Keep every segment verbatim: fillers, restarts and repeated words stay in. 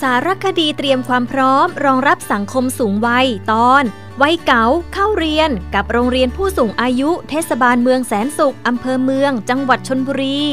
สารคดีเตรียมความพร้อมรองรับสังคมสูงวัยตอนวัยเก๋าเข้าเรียนกับโรงเรียนผู้สูงอายุเทศบาลเมืองแสนสุขอำเภอเมืองจังหวัดชลบุรี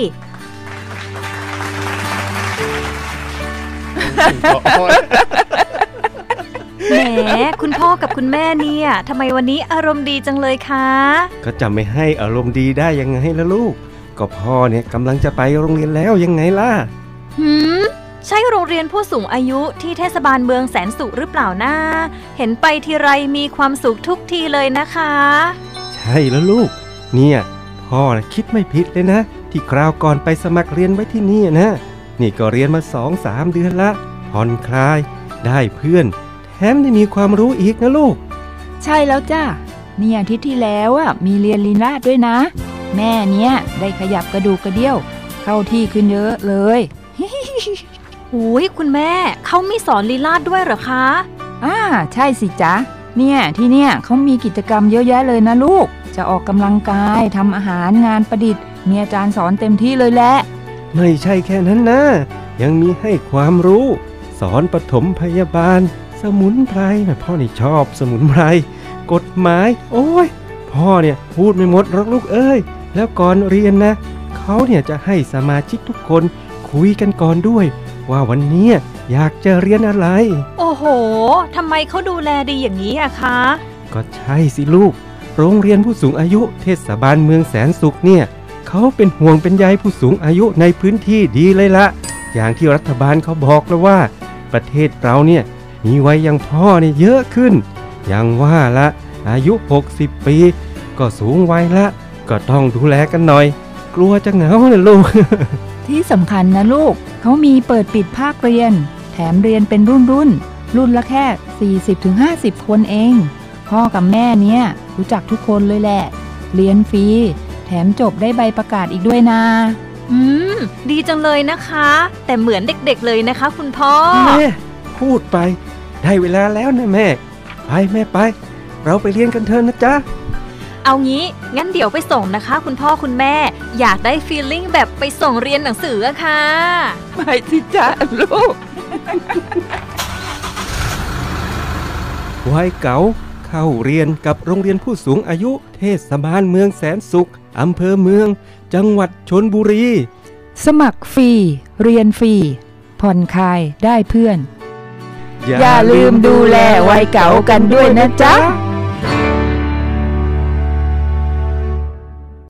แหมคุณพ่อกับคุณแม่เนี่ยทำไมวันนี้อารมณ์ดีจังเลยคะก็จะไม่ให้อารมณ์ดีได้ยังไงล่ะลูกก็พ่อเนี่ยกำลังจะไปโรงเรียนแล้วยังไงล่ะหืมใช่โรงเรียนผู้สูงอายุที่เทศบาลเมืองแสนสุขหรือเปล่านะเห็นไปทีไรมีความสุขทุกทีเลยนะคะใช่แล้วลูกเนี่ยพ่อคิดไม่ผิดเลยนะที่คราวก่อนไปสมัครเรียนไว้ที่นี่นะนี่ก็เรียนมาสองสามเดือนละผ่อนคลายได้เพื่อนแถมได้มีความรู้อีกนะลูกใช่แล้วจ้ะเนี่ยอาทิตย์ที่แล้วอ่ะมีเรียนลีลาศด้วยนะแม่เนี่ยได้ขยับกระดูกกระเดี่ยวเข้าที่ขึ้นเยอะเลยโอ้ยคุณแม่เขามีสอนลีลาศด้วยเหรอคะอ่าใช่สิจ๊ะเนี่ยที่เนี่ยเขามีกิจกรรมเยอะแยะเลยนะลูกจะออกกำลังกายทำอาหารงานประดิษฐ์มีอาจารย์สอนเต็มที่เลยแหละไม่ใช่แค่นั้นนะยังมีให้ความรู้สอนปฐมพยาบาลสมุนไพรนะพ่อนี่ชอบสมุนไพรกฎหมายโอ้ยพ่อเนี่ยพูดไม่หมดหรอกลูกเอ้ยแล้วก่อนเรียนนะเขาเนี่ยจะให้สมาชิกทุกคนคุยกันก่อนด้วยว่าวันนี้อยากจะเรียนอะไรโอ้โหทำไมเขาดูแลดีอย่างนี้อะคะก็ใช่สิลูกโรงเรียนผู้สูงอายุเทศบาลเมืองแสนสุขเนี่ยเขาเป็นห่วงเป็นใยผู้สูงอายุในพื้นที่ดีเลยละอย่างที่รัฐบาลเขาบอกแล้วว่าประเทศเราเนี่ยมีวัยอย่างพ่อเนี่ยเยอะขึ้นอย่างว่าละอายุหกสิบปีก็สูงวัยละก็ต้องดูแลกันหน่อยกลัวจะเหงาเลยลูกที่สำคัญนะลูกเขามีเปิดปิดภาคเรียนแถมเรียนเป็นรุ่นรุ่นรุ่นละแค่ สี่สิบถึงห้าสิบ คนเองพ่อกับแม่เนี่ยรู้จักทุกคนเลยแหละเรียนฟรีแถมจบได้ใบประกาศอีกด้วยนะอืมดีจังเลยนะคะแต่เหมือนเด็กๆเลยนะคะคุณพ่อแม่พูดไปได้เวลาแล้วนะแม่ไปแม่ไปเราไปเรียนกันเถอะนะจ๊ะเอางี้งั้นเดี๋ยวไปส่งนะคะคุณพ่อคุณแม่อยากได้ฟีลลิ่งแบบไปส่งเรียนหนังสืออะค่ะไปสิจ๊ะลูกวัยเก๋าเข้าเรียนกับโรงเรียนผู้สูงอายุเทศบาลเมืองแสนสุขอำเภอเมืองจังหวัดชลบุรีสมัครฟรีเรียนฟรีผ่อนคลายได้เพื่อนอย่าลืมดูแลวัยเก๋ากันด้วยนะจ๊ะ